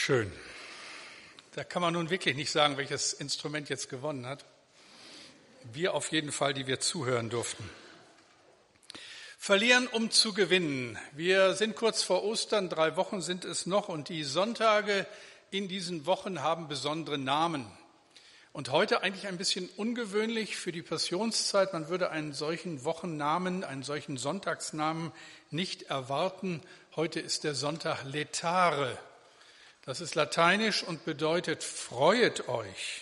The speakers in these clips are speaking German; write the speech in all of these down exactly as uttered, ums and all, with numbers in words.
Schön. Da kann man nun wirklich nicht sagen, welches Instrument jetzt gewonnen hat. Wir auf jeden Fall, die wir zuhören durften. Verlieren, um zu gewinnen. Wir sind kurz vor Ostern, drei Wochen sind es noch und die Sonntage in diesen Wochen haben besondere Namen. Und heute eigentlich ein bisschen ungewöhnlich für die Passionszeit. Man würde einen solchen Wochennamen, einen solchen Sonntagsnamen nicht erwarten. Heute ist der Sonntag Laetare. Das ist lateinisch und bedeutet freuet euch.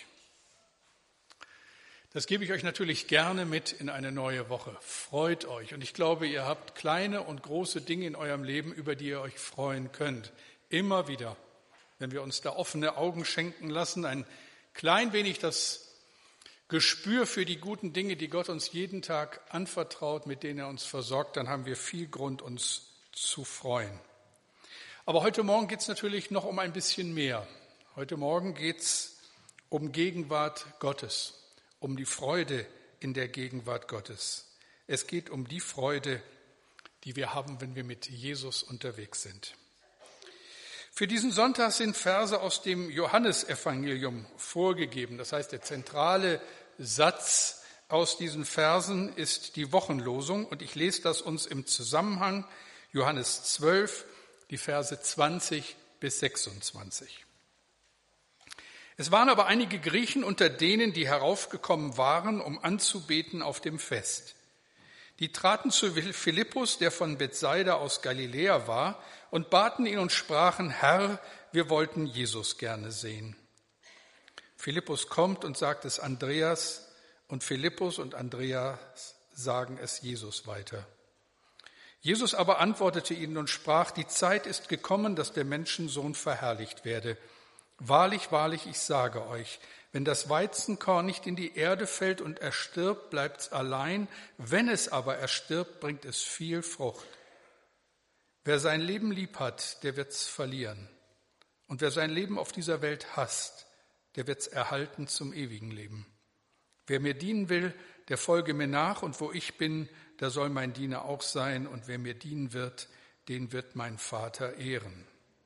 Das gebe ich euch natürlich gerne mit in eine neue Woche. Freut euch. Und ich glaube, ihr habt kleine und große Dinge in eurem Leben, über die ihr euch freuen könnt. Immer wieder, wenn wir uns da offene Augen schenken lassen, ein klein wenig das Gespür für die guten Dinge, die Gott uns jeden Tag anvertraut, mit denen er uns versorgt, dann haben wir viel Grund, uns zu freuen. Aber heute Morgen geht es natürlich noch um ein bisschen mehr. Heute Morgen geht es um Gegenwart Gottes, um die Freude in der Gegenwart Gottes. Es geht um die Freude, die wir haben, wenn wir mit Jesus unterwegs sind. Für diesen Sonntag sind Verse aus dem Johannesevangelium vorgegeben. Das heißt, der zentrale Satz aus diesen Versen ist die Wochenlosung. Und ich lese das uns im Zusammenhang, Johannes zwölf, die Verse zwanzig bis sechsundzwanzig. Es waren aber einige Griechen unter denen, die heraufgekommen waren, um anzubeten auf dem Fest. Die traten zu Philippus, der von Bethsaida aus Galiläa war, und baten ihn und sprachen, Herr, wir wollten Jesus gerne sehen. Philippus kommt und sagt es Andreas, und Philippus und Andreas sagen es Jesus weiter. Jesus aber antwortete ihnen und sprach, die Zeit ist gekommen, dass der Menschensohn verherrlicht werde. Wahrlich, wahrlich, ich sage euch, wenn das Weizenkorn nicht in die Erde fällt und erstirbt, bleibt's allein. Wenn es aber erstirbt, bringt es viel Frucht. Wer sein Leben lieb hat, der wird's verlieren. Und wer sein Leben auf dieser Welt hasst, der wird's erhalten zum ewigen Leben. Wer mir dienen will, der folge mir nach, und wo ich bin, da soll mein Diener auch sein, und wer mir dienen wird, den wird mein Vater ehren.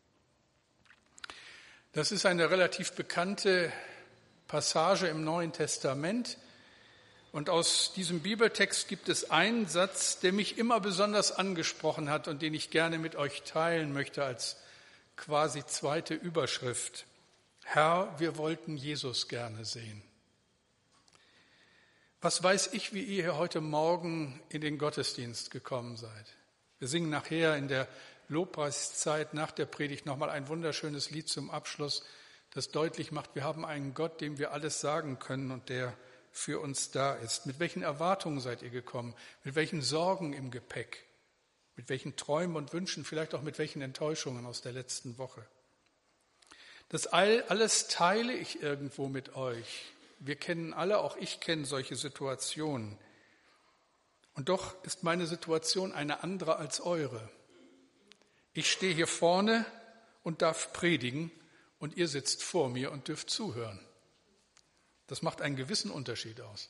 Das ist eine relativ bekannte Passage im Neuen Testament. Und aus diesem Bibeltext gibt es einen Satz, der mich immer besonders angesprochen hat und den ich gerne mit euch teilen möchte als quasi zweite Überschrift. Herr, wir wollten Jesus gerne sehen. Was weiß ich, wie ihr hier heute Morgen in den Gottesdienst gekommen seid? Wir singen nachher in der Lobpreiszeit nach der Predigt nochmal ein wunderschönes Lied zum Abschluss, das deutlich macht, wir haben einen Gott, dem wir alles sagen können und der für uns da ist. Mit welchen Erwartungen seid ihr gekommen? Mit welchen Sorgen im Gepäck? Mit welchen Träumen und Wünschen? Vielleicht auch mit welchen Enttäuschungen aus der letzten Woche? Das alles teile ich irgendwo mit euch. Wir kennen alle, auch ich kenne solche Situationen. Und doch ist meine Situation eine andere als eure. Ich stehe hier vorne und darf predigen und ihr sitzt vor mir und dürft zuhören. Das macht einen gewissen Unterschied aus.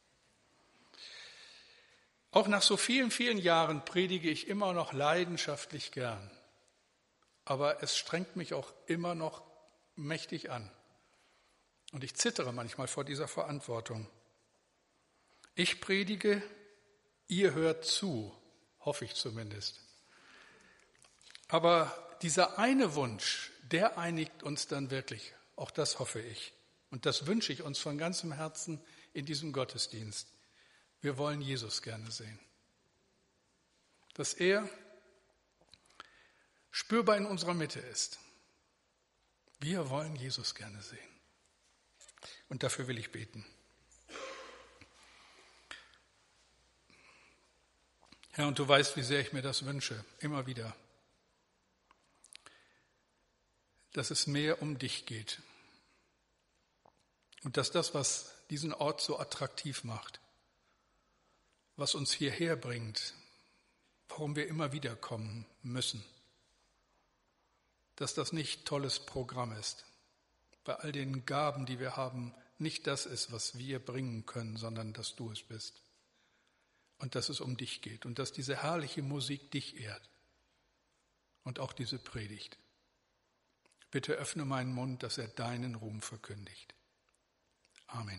Auch nach so vielen, vielen Jahren predige ich immer noch leidenschaftlich gern. Aber es strengt mich auch immer noch mächtig an. Und ich zittere manchmal vor dieser Verantwortung. Ich predige, ihr hört zu, hoffe ich zumindest. Aber dieser eine Wunsch, der einigt uns dann wirklich. Auch das hoffe ich. Und das wünsche ich uns von ganzem Herzen in diesem Gottesdienst. Wir wollen Jesus gerne sehen. Dass er spürbar in unserer Mitte ist. Wir wollen Jesus gerne sehen. Und dafür will ich beten. Herr, und du weißt, wie sehr ich mir das wünsche, immer wieder. Dass es mehr um dich geht. Und dass das, was diesen Ort so attraktiv macht, was uns hierher bringt, warum wir immer wieder kommen müssen, dass das nicht tolles Programm ist, bei all den Gaben, die wir haben, nicht das ist, was wir bringen können, sondern dass du es bist. Und dass es um dich geht und dass diese herrliche Musik dich ehrt und auch diese Predigt. Bitte öffne meinen Mund, dass er deinen Ruhm verkündigt. Amen.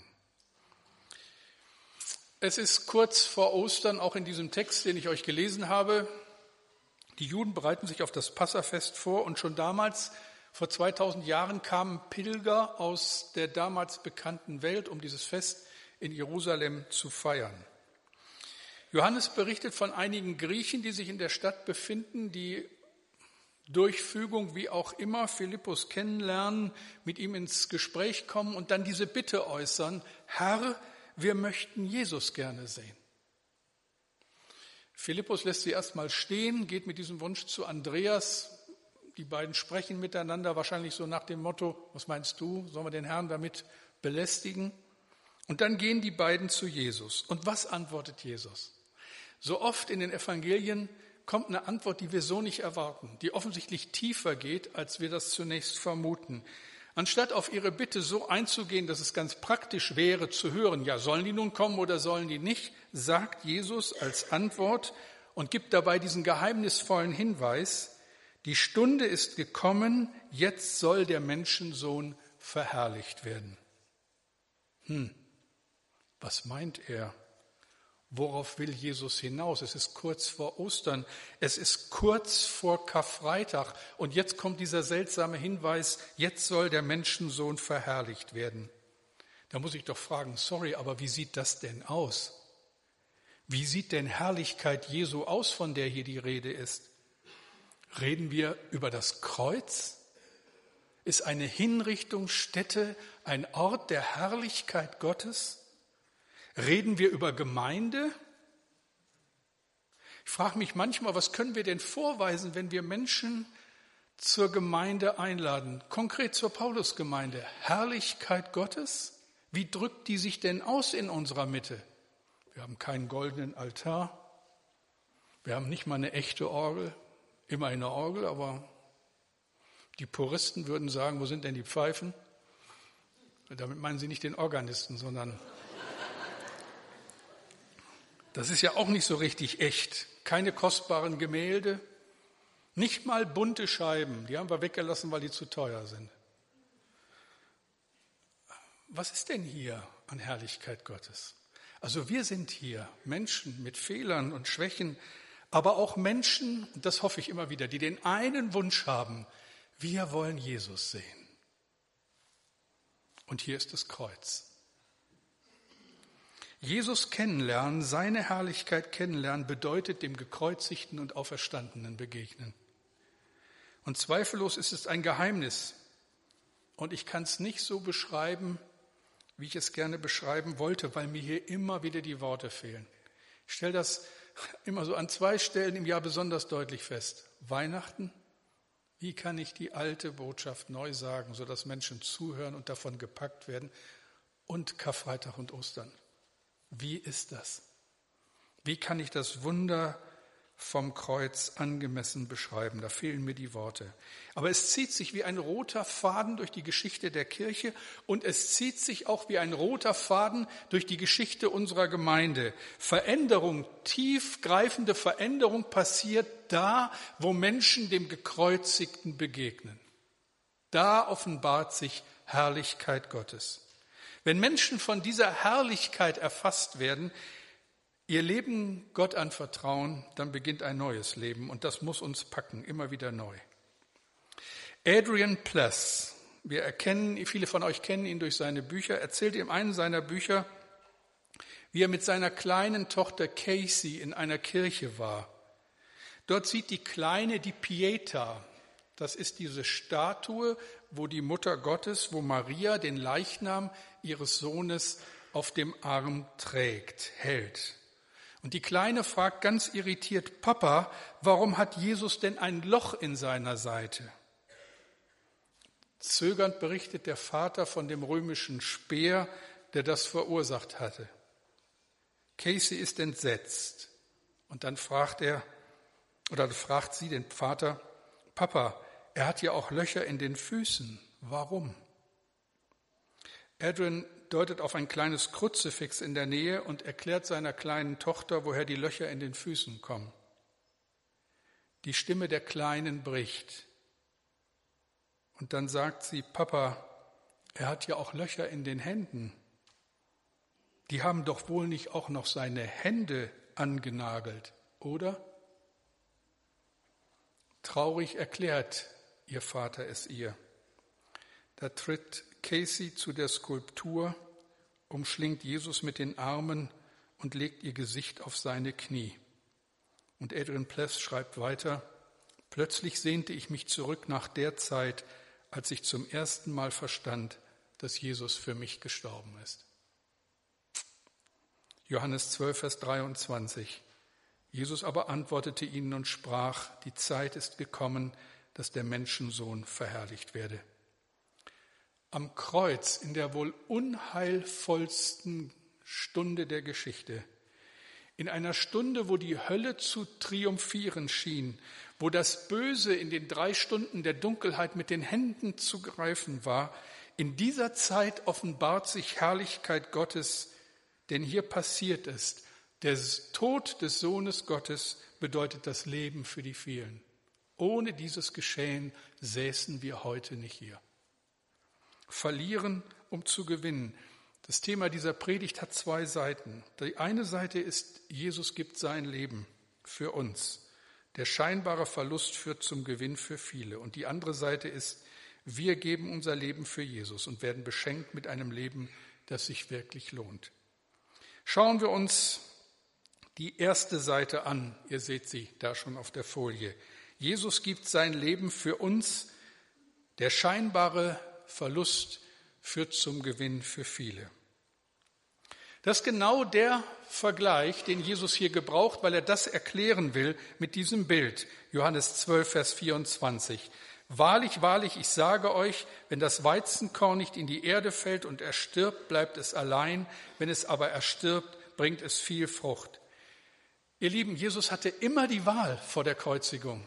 Es ist kurz vor Ostern, auch in diesem Text, den ich euch gelesen habe. Die Juden bereiten sich auf das Passafest vor und schon damals, vor zweitausend Jahren, kamen Pilger aus der damals bekannten Welt, um dieses Fest in Jerusalem zu feiern. Johannes berichtet von einigen Griechen, die sich in der Stadt befinden, die durch Fügung, wie auch immer, Philippus kennenlernen, mit ihm ins Gespräch kommen und dann diese Bitte äußern: Herr, wir möchten Jesus gerne sehen. Philippus lässt sie erstmal stehen, geht mit diesem Wunsch zu Andreas. Die beiden sprechen miteinander, wahrscheinlich so nach dem Motto: Was meinst du, sollen wir den Herrn damit belästigen? Und dann gehen die beiden zu Jesus. Und was antwortet Jesus? So oft in den Evangelien kommt eine Antwort, die wir so nicht erwarten, die offensichtlich tiefer geht, als wir das zunächst vermuten. Anstatt auf ihre Bitte so einzugehen, dass es ganz praktisch wäre zu hören, ja, sollen die nun kommen oder sollen die nicht, sagt Jesus als Antwort und gibt dabei diesen geheimnisvollen Hinweis: Die Stunde ist gekommen, jetzt soll der Menschensohn verherrlicht werden. Hm, was meint er? Worauf will Jesus hinaus? Es ist kurz vor Ostern, es ist kurz vor Karfreitag und jetzt kommt dieser seltsame Hinweis: Jetzt soll der Menschensohn verherrlicht werden. Da muss ich doch fragen, sorry, aber wie sieht das denn aus? Wie sieht denn Herrlichkeit Jesu aus, von der hier die Rede ist? Reden wir über das Kreuz? Ist eine Hinrichtungsstätte ein Ort der Herrlichkeit Gottes? Reden wir über Gemeinde? Ich frage mich manchmal, was können wir denn vorweisen, wenn wir Menschen zur Gemeinde einladen, konkret zur Paulusgemeinde? Herrlichkeit Gottes? Wie drückt die sich denn aus in unserer Mitte? Wir haben keinen goldenen Altar, wir haben nicht mal eine echte Orgel, immer eine Orgel, aber die Puristen würden sagen, wo sind denn die Pfeifen? Damit meinen sie nicht den Organisten, sondern das ist ja auch nicht so richtig echt. Keine kostbaren Gemälde, nicht mal bunte Scheiben. Die haben wir weggelassen, weil die zu teuer sind. Was ist denn hier an Herrlichkeit Gottes? Also wir sind hier Menschen mit Fehlern und Schwächen, aber auch Menschen, und das hoffe ich immer wieder, die den einen Wunsch haben: Wir wollen Jesus sehen. Und hier ist das Kreuz. Jesus kennenlernen, seine Herrlichkeit kennenlernen, bedeutet dem Gekreuzigten und Auferstandenen begegnen. Und zweifellos ist es ein Geheimnis. Und ich kann es nicht so beschreiben, wie ich es gerne beschreiben wollte, weil mir hier immer wieder die Worte fehlen. Ich stelle das immer so an zwei Stellen im Jahr besonders deutlich fest. Weihnachten, wie kann ich die alte Botschaft neu sagen, sodass Menschen zuhören und davon gepackt werden? Und Karfreitag und Ostern. Wie ist das? Wie kann ich das Wunder vom Kreuz angemessen beschreiben? Da fehlen mir die Worte. Aber es zieht sich wie ein roter Faden durch die Geschichte der Kirche und es zieht sich auch wie ein roter Faden durch die Geschichte unserer Gemeinde. Veränderung, tiefgreifende Veränderung passiert da, wo Menschen dem Gekreuzigten begegnen. Da offenbart sich Herrlichkeit Gottes. Wenn Menschen von dieser Herrlichkeit erfasst werden, ihr Leben Gott anvertrauen, dann beginnt ein neues Leben und das muss uns packen, immer wieder neu. Adrian Pless, wir erkennen, viele von euch kennen ihn durch seine Bücher, erzählt in einem seiner Bücher, wie er mit seiner kleinen Tochter Casey in einer Kirche war. Dort sieht die Kleine die Pietà. Das ist diese Statue, wo die Mutter Gottes, wo Maria den Leichnam ihres Sohnes auf dem Arm trägt, hält. Und die Kleine fragt ganz irritiert: Papa, warum hat Jesus denn ein Loch in seiner Seite? Zögernd berichtet der Vater von dem römischen Speer, der das verursacht hatte. Casey ist entsetzt. Und dann fragt er, oder fragt sie den Vater: Papa, er hat ja auch Löcher in den Füßen. Warum? Adrian deutet auf ein kleines Kruzifix in der Nähe und erklärt seiner kleinen Tochter, woher die Löcher in den Füßen kommen. Die Stimme der Kleinen bricht Und dann sagt sie, Papa, er hat ja auch Löcher in den Händen. Die haben doch wohl nicht auch noch seine Hände angenagelt, oder? Traurig erklärt ihr Vater es ihr. Da tritt Casey zu der Skulptur, umschlingt Jesus mit den Armen und legt ihr Gesicht auf seine Knie. Und Adrian Pless schreibt weiter, plötzlich sehnte ich mich zurück nach der Zeit, als ich zum ersten Mal verstand, dass Jesus für mich gestorben ist. Johannes zwölf, Vers dreiundzwanzig. Jesus aber antwortete ihnen und sprach, die Zeit ist gekommen, dass der Menschensohn verherrlicht werde. Am Kreuz, in der wohl unheilvollsten Stunde der Geschichte, in einer Stunde, wo die Hölle zu triumphieren schien, wo das Böse in den drei Stunden der Dunkelheit mit den Händen zu greifen war, in dieser Zeit offenbart sich Herrlichkeit Gottes, denn hier passiert es. Der Tod des Sohnes Gottes bedeutet das Leben für die vielen. Ohne dieses Geschehen säßen wir heute nicht hier. Verlieren, um zu gewinnen. Das Thema dieser Predigt hat zwei Seiten. Die eine Seite ist, Jesus gibt sein Leben für uns. Der scheinbare Verlust führt zum Gewinn für viele. Und die andere Seite ist, wir geben unser Leben für Jesus und werden beschenkt mit einem Leben, das sich wirklich lohnt. Schauen wir uns die erste Seite an. Ihr seht sie da schon auf der Folie. Jesus gibt sein Leben für uns. Der scheinbare Verlust führt zum Gewinn für viele. Das ist genau der Vergleich, den Jesus hier gebraucht, weil er das erklären will mit diesem Bild. Johannes zwölf, Vers vierundzwanzig. Wahrlich, wahrlich, ich sage euch, wenn das Weizenkorn nicht in die Erde fällt und erstirbt, bleibt es allein. Wenn es aber erstirbt, bringt es viel Frucht. Ihr Lieben, Jesus hatte immer die Wahl vor der Kreuzigung.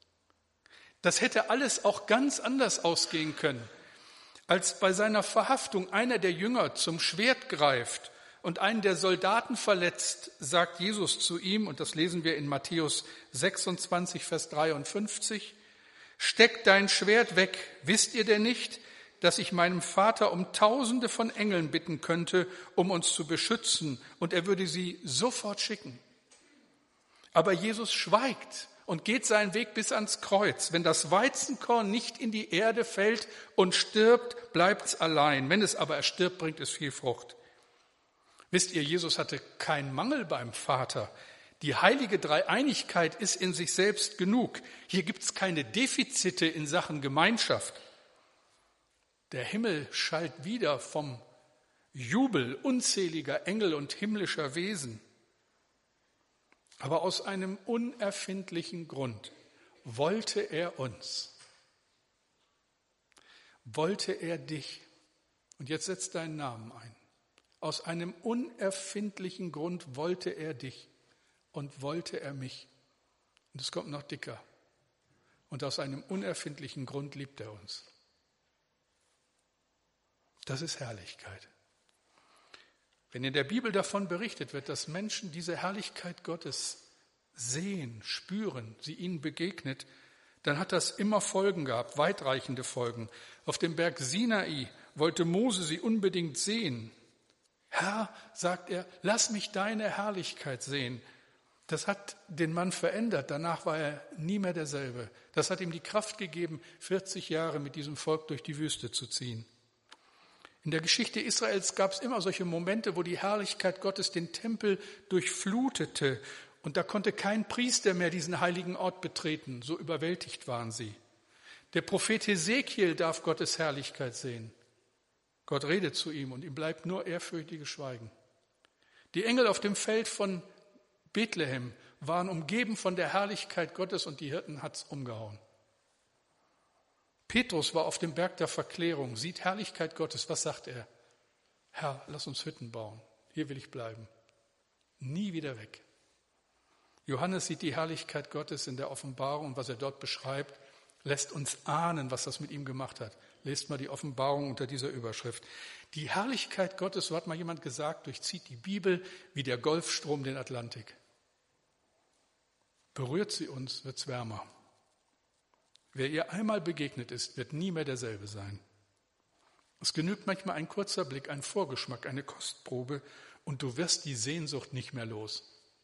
Das hätte alles auch ganz anders ausgehen können. Als bei seiner Verhaftung einer der Jünger zum Schwert greift und einen der Soldaten verletzt, sagt Jesus zu ihm, und das lesen wir in Matthäus sechsundzwanzig, Vers dreiundfünfzig, steck dein Schwert weg, wisst ihr denn nicht, dass ich meinem Vater um Tausende von Engeln bitten könnte, um uns zu beschützen, und er würde sie sofort schicken. Aber Jesus schweigt und geht seinen Weg bis ans Kreuz. Wenn das Weizenkorn nicht in die Erde fällt und stirbt, bleibt es allein. Wenn es aber erstirbt, bringt es viel Frucht. Wisst ihr, Jesus hatte keinen Mangel beim Vater. Die heilige Dreieinigkeit ist in sich selbst genug. Hier gibt es keine Defizite in Sachen Gemeinschaft. Der Himmel schallt wieder vom Jubel unzähliger Engel und himmlischer Wesen. Aber aus einem unerfindlichen Grund wollte er uns, wollte er dich, und jetzt setz deinen Namen ein, aus einem unerfindlichen Grund wollte er dich und wollte er mich. Und es kommt noch dicker. Und aus einem unerfindlichen Grund liebt er uns. Das ist Herrlichkeit. Wenn in der Bibel davon berichtet wird, dass Menschen diese Herrlichkeit Gottes sehen, spüren, sie ihnen begegnet, dann hat das immer Folgen gehabt, weitreichende Folgen. Auf dem Berg Sinai wollte Mose sie unbedingt sehen. Herr, sagt er, lass mich deine Herrlichkeit sehen. Das hat den Mann verändert. Danach war er nie mehr derselbe. Das hat ihm die Kraft gegeben, vierzig Jahre mit diesem Volk durch die Wüste zu ziehen. In der Geschichte Israels gab es immer solche Momente, wo die Herrlichkeit Gottes den Tempel durchflutete. Und da konnte kein Priester mehr diesen heiligen Ort betreten. So überwältigt waren sie. Der Prophet Hesekiel darf Gottes Herrlichkeit sehen. Gott redet zu ihm und ihm bleibt nur ehrfürchtiges Schweigen. Die Engel auf dem Feld von Bethlehem waren umgeben von der Herrlichkeit Gottes und die Hirten hat's umgehauen. Petrus war auf dem Berg der Verklärung, sieht Herrlichkeit Gottes. Was sagt er? Herr, lass uns Hütten bauen. Hier will ich bleiben. Nie wieder weg. Johannes sieht die Herrlichkeit Gottes in der Offenbarung und was er dort beschreibt, lässt uns ahnen, was das mit ihm gemacht hat. Lest mal die Offenbarung unter dieser Überschrift. Die Herrlichkeit Gottes, so hat mal jemand gesagt, durchzieht die Bibel wie der Golfstrom den Atlantik. Berührt sie uns, wird's wärmer. Wer ihr einmal begegnet ist, wird nie mehr derselbe sein. Es genügt manchmal ein kurzer Blick, ein Vorgeschmack, eine Kostprobe und du wirst die Sehnsucht nicht mehr los.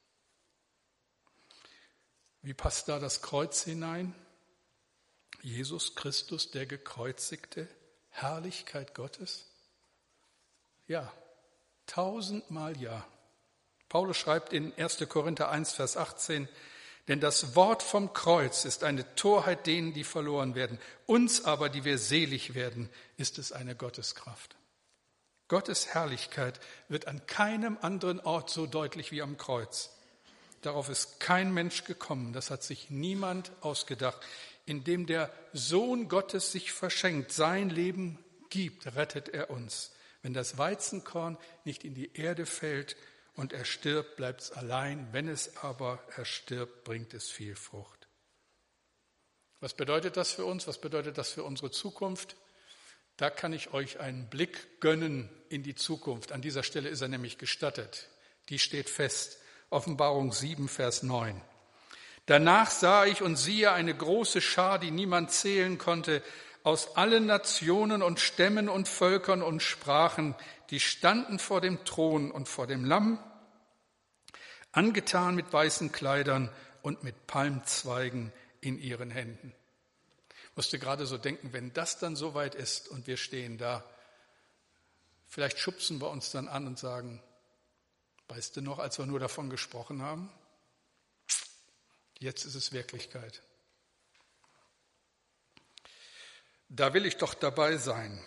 Wie passt da das Kreuz hinein? Jesus Christus, der Gekreuzigte, Herrlichkeit Gottes? Ja, tausendmal ja. Paulus schreibt in erster Korinther eins, Vers achtzehn, denn das Wort vom Kreuz ist eine Torheit denen, die verloren werden. Uns aber, die wir selig werden, ist es eine Gotteskraft. Gottes Herrlichkeit wird an keinem anderen Ort so deutlich wie am Kreuz. Darauf ist kein Mensch gekommen, das hat sich niemand ausgedacht. Indem der Sohn Gottes sich verschenkt, sein Leben gibt, rettet er uns. Wenn das Weizenkorn nicht in die Erde fällt und er stirbt, bleibt es allein. Wenn es aber erstirbt, bringt es viel Frucht. Was bedeutet das für uns? Was bedeutet das für unsere Zukunft? Da kann ich euch einen Blick gönnen in die Zukunft. An dieser Stelle ist er nämlich gestattet. Die steht fest. Offenbarung sieben, Vers neun. Danach sah ich und siehe eine große Schar, die niemand zählen konnte, aus allen Nationen und Stämmen und Völkern und Sprachen, die standen vor dem Thron und vor dem Lamm, angetan mit weißen Kleidern und mit Palmzweigen in ihren Händen. Ich musste gerade so denken, wenn das dann soweit ist und wir stehen da, vielleicht schubsen wir uns dann an und sagen, weißt du noch, als wir nur davon gesprochen haben? Jetzt ist es Wirklichkeit. Da will ich doch dabei sein.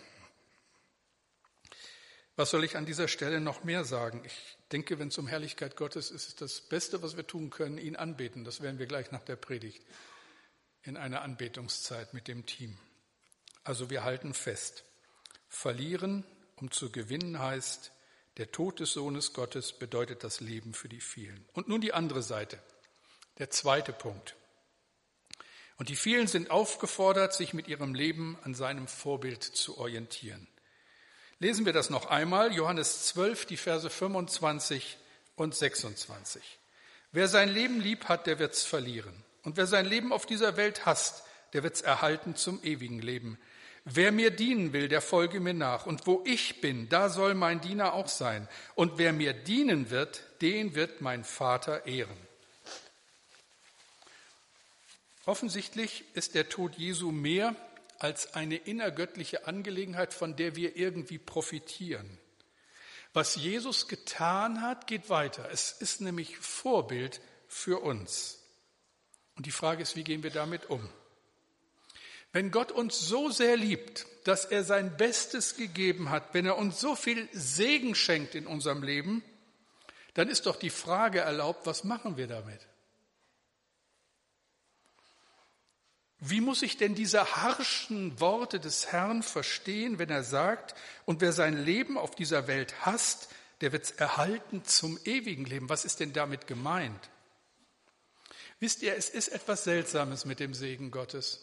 Was soll ich an dieser Stelle noch mehr sagen? Ich denke, wenn es um Herrlichkeit Gottes ist, ist das Beste, was wir tun können, ihn anbeten. Das werden wir gleich nach der Predigt in einer Anbetungszeit mit dem Team. Also wir halten fest. Verlieren, um zu gewinnen, heißt, der Tod des Sohnes Gottes bedeutet das Leben für die vielen. Und nun die andere Seite. Der zweite Punkt. Und die vielen sind aufgefordert, sich mit ihrem Leben an seinem Vorbild zu orientieren. Lesen wir das noch einmal, Johannes zwölf, die Verse fünfundzwanzig und sechsundzwanzig. Wer sein Leben lieb hat, der wird's verlieren. Und wer sein Leben auf dieser Welt hasst, der wird's erhalten zum ewigen Leben. Wer mir dienen will, der folge mir nach. Und wo ich bin, da soll mein Diener auch sein. Und wer mir dienen wird, den wird mein Vater ehren. Offensichtlich ist der Tod Jesu mehr als eine innergöttliche Angelegenheit, von der wir irgendwie profitieren. Was Jesus getan hat, geht weiter. Es ist nämlich Vorbild für uns. Und die Frage ist, wie gehen wir damit um? Wenn Gott uns so sehr liebt, dass er sein Bestes gegeben hat, wenn er uns so viel Segen schenkt in unserem Leben, dann ist doch die Frage erlaubt, was machen wir damit? Wie muss ich denn diese harschen Worte des Herrn verstehen, wenn er sagt, und wer sein Leben auf dieser Welt hasst, der wird's erhalten zum ewigen Leben? Was ist denn damit gemeint? Wisst ihr, es ist etwas Seltsames mit dem Segen Gottes.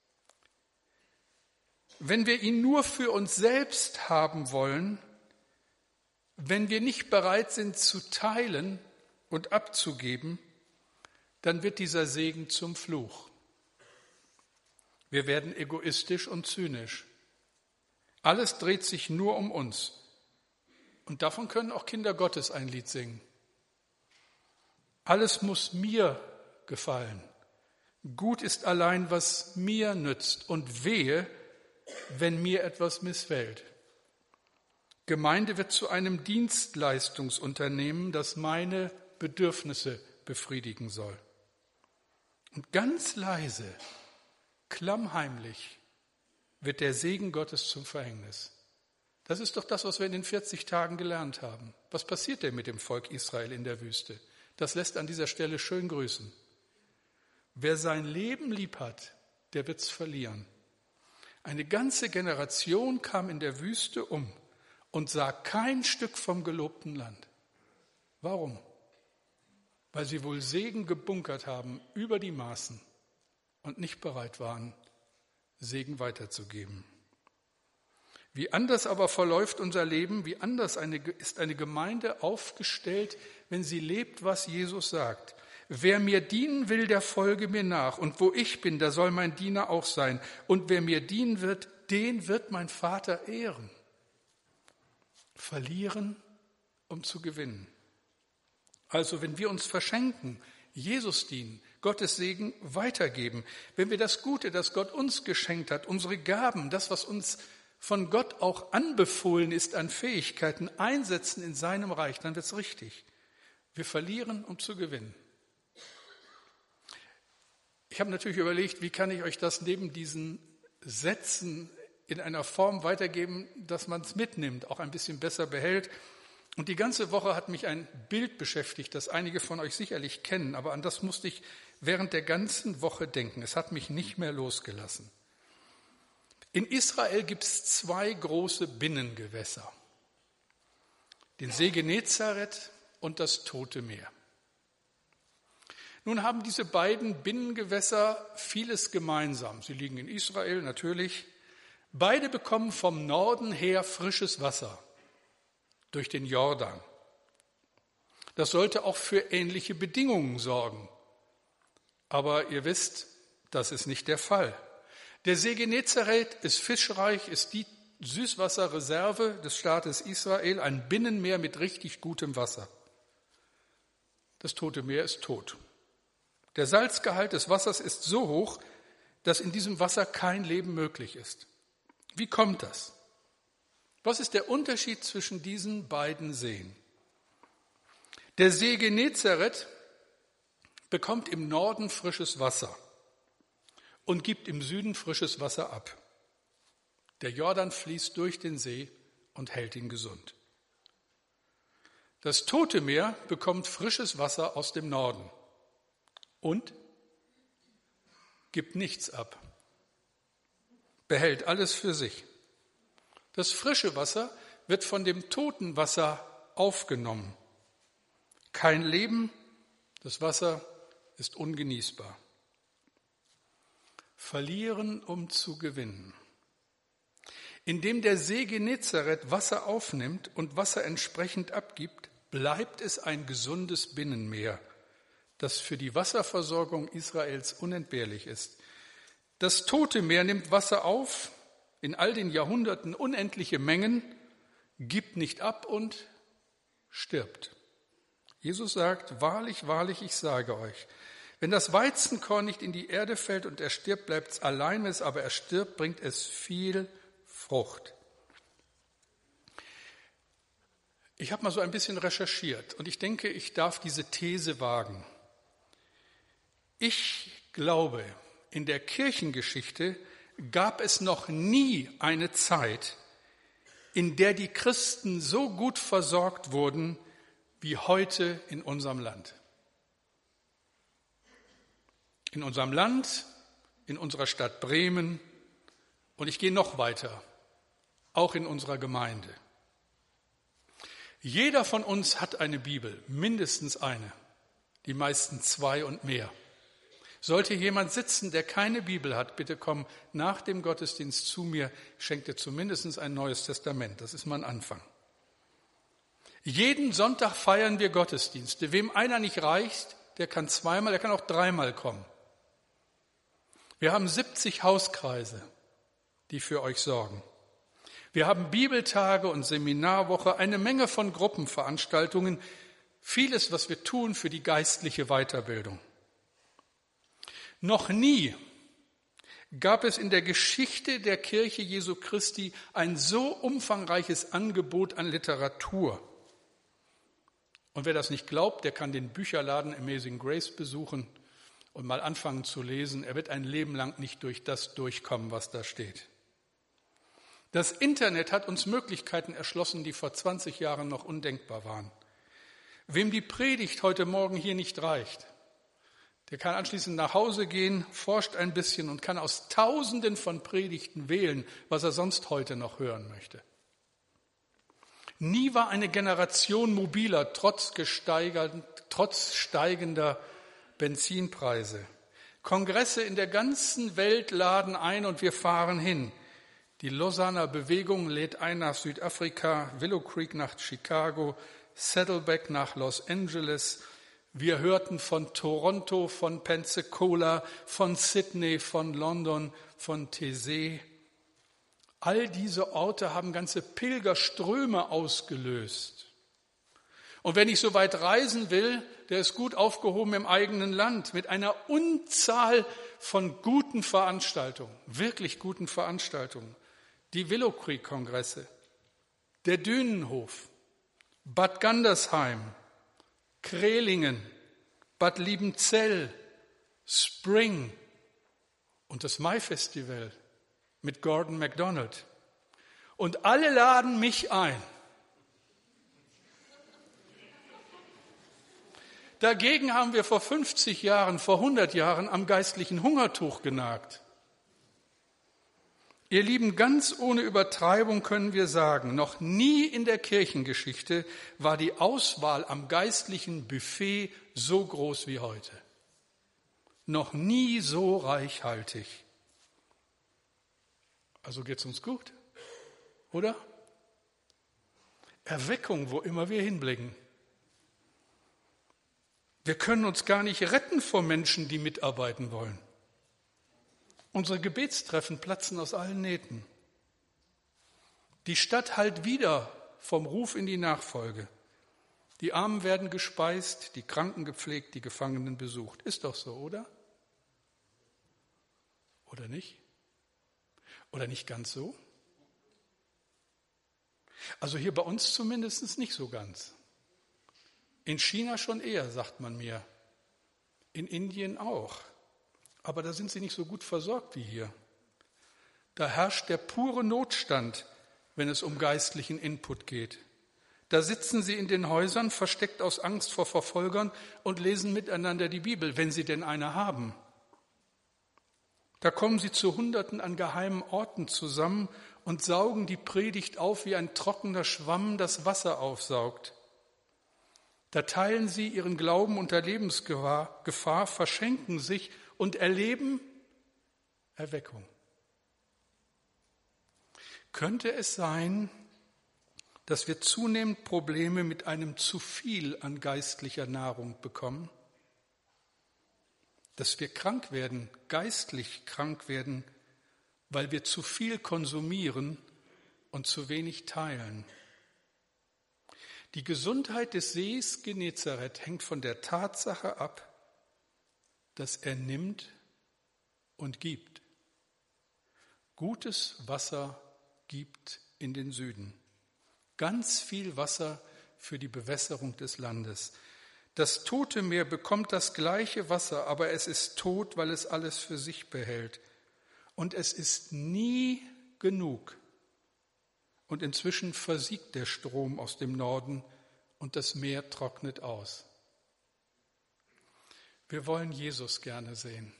Wenn wir ihn nur für uns selbst haben wollen, wenn wir nicht bereit sind zu teilen und abzugeben, dann wird dieser Segen zum Fluch. Wir werden egoistisch und zynisch. Alles dreht sich nur um uns. Und davon können auch Kinder Gottes ein Lied singen. Alles muss mir gefallen. Gut ist allein, was mir nützt. Und wehe, wenn mir etwas missfällt. Gemeinde wird zu einem Dienstleistungsunternehmen, das meine Bedürfnisse befriedigen soll. Und ganz leise, klammheimlich wird der Segen Gottes zum Verhängnis. Das ist doch das, was wir in den vierzig Tagen gelernt haben. Was passiert denn mit dem Volk Israel in der Wüste? Das lässt an dieser Stelle schön grüßen. Wer sein Leben lieb hat, der wird's verlieren. Eine ganze Generation kam in der Wüste um und sah kein Stück vom gelobten Land. Warum? Weil sie wohl Segen gebunkert haben über die Maßen und nicht bereit waren, Segen weiterzugeben. Wie anders aber verläuft unser Leben, wie anders eine, ist eine Gemeinde aufgestellt, wenn sie lebt, was Jesus sagt. wer mir dienen will, der folge mir nach. Und wo ich bin, da soll mein Diener auch sein. Und wer mir dienen wird, den wird mein Vater ehren. Verlieren, um zu gewinnen. Also wenn wir uns verschenken, Jesus dienen, Gottes Segen weitergeben, wenn wir das Gute, das Gott uns geschenkt hat, unsere Gaben, das, was uns von Gott auch anbefohlen ist an Fähigkeiten, einsetzen in seinem Reich, dann wird es richtig. Wir verlieren, um zu gewinnen. Ich habe natürlich überlegt, wie kann ich euch das neben diesen Sätzen in einer Form weitergeben, dass man es mitnimmt, auch ein bisschen besser behält. Und die ganze Woche hat mich ein Bild beschäftigt, das einige von euch sicherlich kennen, aber an das musste ich während der ganzen Woche denken. Es hat mich nicht mehr losgelassen. In Israel gibt es zwei große Binnengewässer, den See Genezareth und das Tote Meer. Nun haben diese beiden Binnengewässer vieles gemeinsam. Sie liegen in Israel natürlich. Beide bekommen vom Norden her frisches Wasser durch den Jordan. Das sollte auch für ähnliche Bedingungen sorgen. Aber ihr wisst, das ist nicht der Fall. Der See Genezareth ist fischreich, ist die Süßwasserreserve des Staates Israel, ein Binnenmeer mit richtig gutem Wasser. Das Tote Meer ist tot. Der Salzgehalt des Wassers ist so hoch, dass in diesem Wasser kein Leben möglich ist. Wie kommt das? Was ist der Unterschied zwischen diesen beiden Seen? Der See Genezareth bekommt im Norden frisches Wasser und gibt im Süden frisches Wasser ab. Der Jordan fließt durch den See und hält ihn gesund. Das Tote Meer bekommt frisches Wasser aus dem Norden und gibt nichts ab, behält alles für sich. Das frische Wasser wird von dem toten Wasser aufgenommen. Kein Leben, das Wasser ist ungenießbar. Verlieren, um zu gewinnen. Indem der See Genezareth Wasser aufnimmt und Wasser entsprechend abgibt, bleibt es ein gesundes Binnenmeer, das für die Wasserversorgung Israels unentbehrlich ist. Das Tote Meer nimmt Wasser auf, in all den Jahrhunderten unendliche Mengen, gibt nicht ab und stirbt. Jesus sagt, wahrlich, wahrlich, ich sage euch, wenn das Weizenkorn nicht in die Erde fällt und er stirbt, bleibt es allein, wenn es aber er stirbt, bringt es viel Frucht. Ich habe mal so ein bisschen recherchiert und ich denke, ich darf diese These wagen. Ich glaube, in der Kirchengeschichte gab es noch nie eine Zeit, in der die Christen so gut versorgt wurden wie heute in unserem Land. In unserem Land, in unserer Stadt Bremen und ich gehe noch weiter, auch in unserer Gemeinde. Jeder von uns hat eine Bibel, mindestens eine, die meisten zwei und mehr. Sollte jemand sitzen, der keine Bibel hat, bitte komm nach dem Gottesdienst zu mir, schenk dir zumindest ein Neues Testament. Das ist mal ein Anfang. Jeden Sonntag feiern wir Gottesdienste. Wem einer nicht reicht, der kann zweimal, der kann auch dreimal kommen. Wir haben siebzig Hauskreise, die für euch sorgen. Wir haben Bibeltage und Seminarwoche, eine Menge von Gruppenveranstaltungen, vieles, was wir tun für die geistliche Weiterbildung. Noch nie gab es in der Geschichte der Kirche Jesu Christi ein so umfangreiches Angebot an Literatur. Und wer das nicht glaubt, der kann den Bücherladen Amazing Grace besuchen und mal anfangen zu lesen. Er wird ein Leben lang nicht durch das durchkommen, was da steht. Das Internet hat uns Möglichkeiten erschlossen, die vor zwanzig Jahren noch undenkbar waren. Wem die Predigt heute Morgen hier nicht reicht, der kann anschließend nach Hause gehen, forscht ein bisschen und kann aus Tausenden von Predigten wählen, was er sonst heute noch hören möchte. Nie war eine Generation mobiler, trotz, trotz steigender Benzinpreise. Kongresse in der ganzen Welt laden ein und wir fahren hin. Die Lausanner Bewegung lädt ein nach Südafrika, Willow Creek nach Chicago, Saddleback nach Los Angeles, Wir hörten von Toronto, von Pensacola, von Sydney, von London, von Taizé. All diese Orte haben ganze Pilgerströme ausgelöst. Und wenn ich so weit reisen will, der ist gut aufgehoben im eigenen Land mit einer Unzahl von guten Veranstaltungen, wirklich guten Veranstaltungen. Die Willow Creek Kongresse, der Dünenhof, Bad Gandersheim, Krehlingen, Bad Liebenzell, Spring und das Mai-Festival mit Gordon MacDonald. Und alle laden mich ein. Dagegen haben wir vor fünfzig Jahren, vor hundert Jahren am geistlichen Hungertuch genagt. Ihr Lieben, ganz ohne Übertreibung können wir sagen, noch nie in der Kirchengeschichte war die Auswahl am geistlichen Buffet so groß wie heute. Noch nie so reichhaltig. Also geht's uns gut, oder? Erweckung, wo immer wir hinblicken. Wir können uns gar nicht retten vor Menschen, die mitarbeiten wollen. Unsere Gebetstreffen platzen aus allen Nähten. Die Stadt hallt wieder vom Ruf in die Nachfolge. Die Armen werden gespeist, die Kranken gepflegt, die Gefangenen besucht. Ist doch so, oder? Oder nicht? Oder nicht ganz so? Also hier bei uns zumindest nicht so ganz. In China schon eher, sagt man mir. In Indien auch. Aber da sind sie nicht so gut versorgt wie hier. Da herrscht der pure Notstand, wenn es um geistlichen Input geht. Da sitzen sie in den Häusern, versteckt aus Angst vor Verfolgern und lesen miteinander die Bibel, wenn sie denn eine haben. Da kommen sie zu Hunderten an geheimen Orten zusammen und saugen die Predigt auf, wie ein trockener Schwamm das Wasser aufsaugt. Da teilen sie ihren Glauben unter Lebensgefahr, Gefahr, verschenken sich und erleben Erweckung. Könnte es sein, dass wir zunehmend Probleme mit einem zu viel an geistlicher Nahrung bekommen? Dass wir krank werden, geistlich krank werden, weil wir zu viel konsumieren und zu wenig teilen? Die Gesundheit des Sees Genezareth hängt von der Tatsache ab, dass er nimmt und gibt. Gutes Wasser gibt in den Süden. Ganz viel Wasser für die Bewässerung des Landes. Das Tote Meer bekommt das gleiche Wasser, aber es ist tot, weil es alles für sich behält. Und es ist nie genug. Und inzwischen versiegt der Strom aus dem Norden und das Meer trocknet aus. Wir wollen Jesus gerne sehen.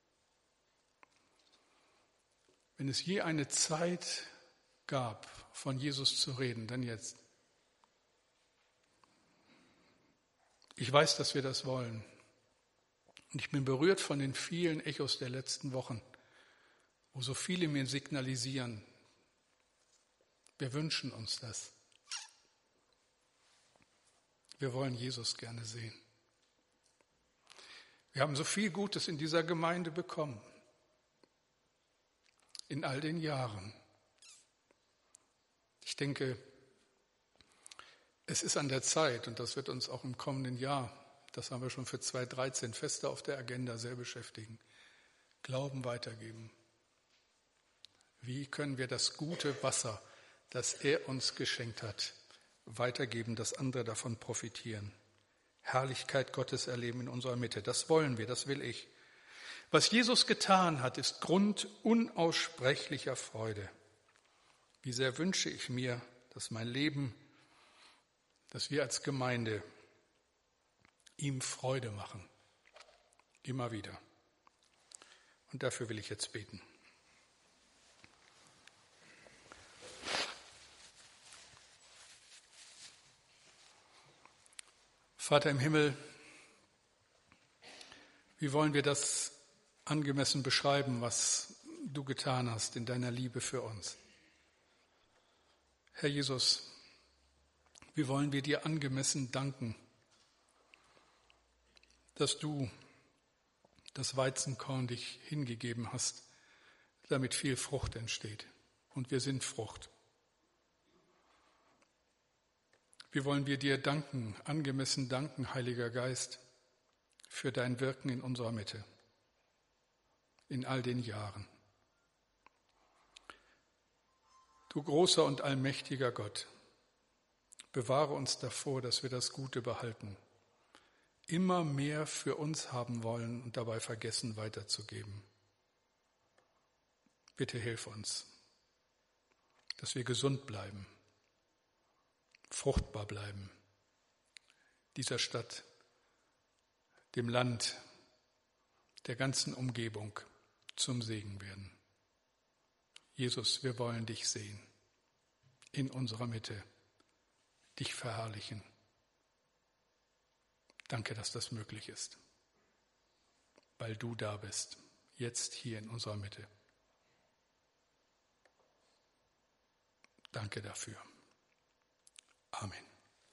Wenn es je eine Zeit gab, von Jesus zu reden, dann jetzt. Ich weiß, dass wir das wollen. Und ich bin berührt von den vielen Echos der letzten Wochen, wo so viele mir signalisieren, wir wünschen uns das. Wir wollen Jesus gerne sehen. Wir haben so viel Gutes in dieser Gemeinde bekommen, in all den Jahren. Ich denke, es ist an der Zeit, und das wird uns auch im kommenden Jahr, das haben wir schon für zweitausenddreizehn fester auf der Agenda, sehr beschäftigen, Glauben weitergeben. Wie können wir das gute Wasser, das er uns geschenkt hat, weitergeben, dass andere davon profitieren? Herrlichkeit Gottes erleben in unserer Mitte. Das wollen wir, das will ich. Was Jesus getan hat, ist Grund unaussprechlicher Freude. Wie sehr wünsche ich mir, dass mein Leben, dass wir als Gemeinde ihm Freude machen. Immer wieder. Und dafür will ich jetzt beten. Vater im Himmel, wie wollen wir das angemessen beschreiben, was du getan hast in deiner Liebe für uns? Herr Jesus, wie wollen wir dir angemessen danken dass du das Weizenkorn dich hingegeben hast, damit viel Frucht entsteht. Und wir sind Frucht. Wie wollen wir dir danken, angemessen danken, Heiliger Geist, für dein Wirken in unserer Mitte, in all den Jahren. Du großer und allmächtiger Gott, bewahre uns davor, dass wir das Gute behalten, immer mehr für uns haben wollen und dabei vergessen weiterzugeben. Bitte hilf uns, dass wir gesund bleiben, fruchtbar bleiben, dieser Stadt, dem Land, der ganzen Umgebung zum Segen werden. Jesus, wir wollen dich sehen, in unserer Mitte, dich verherrlichen. Danke, dass das möglich ist, weil du da bist, jetzt hier in unserer Mitte. Danke dafür.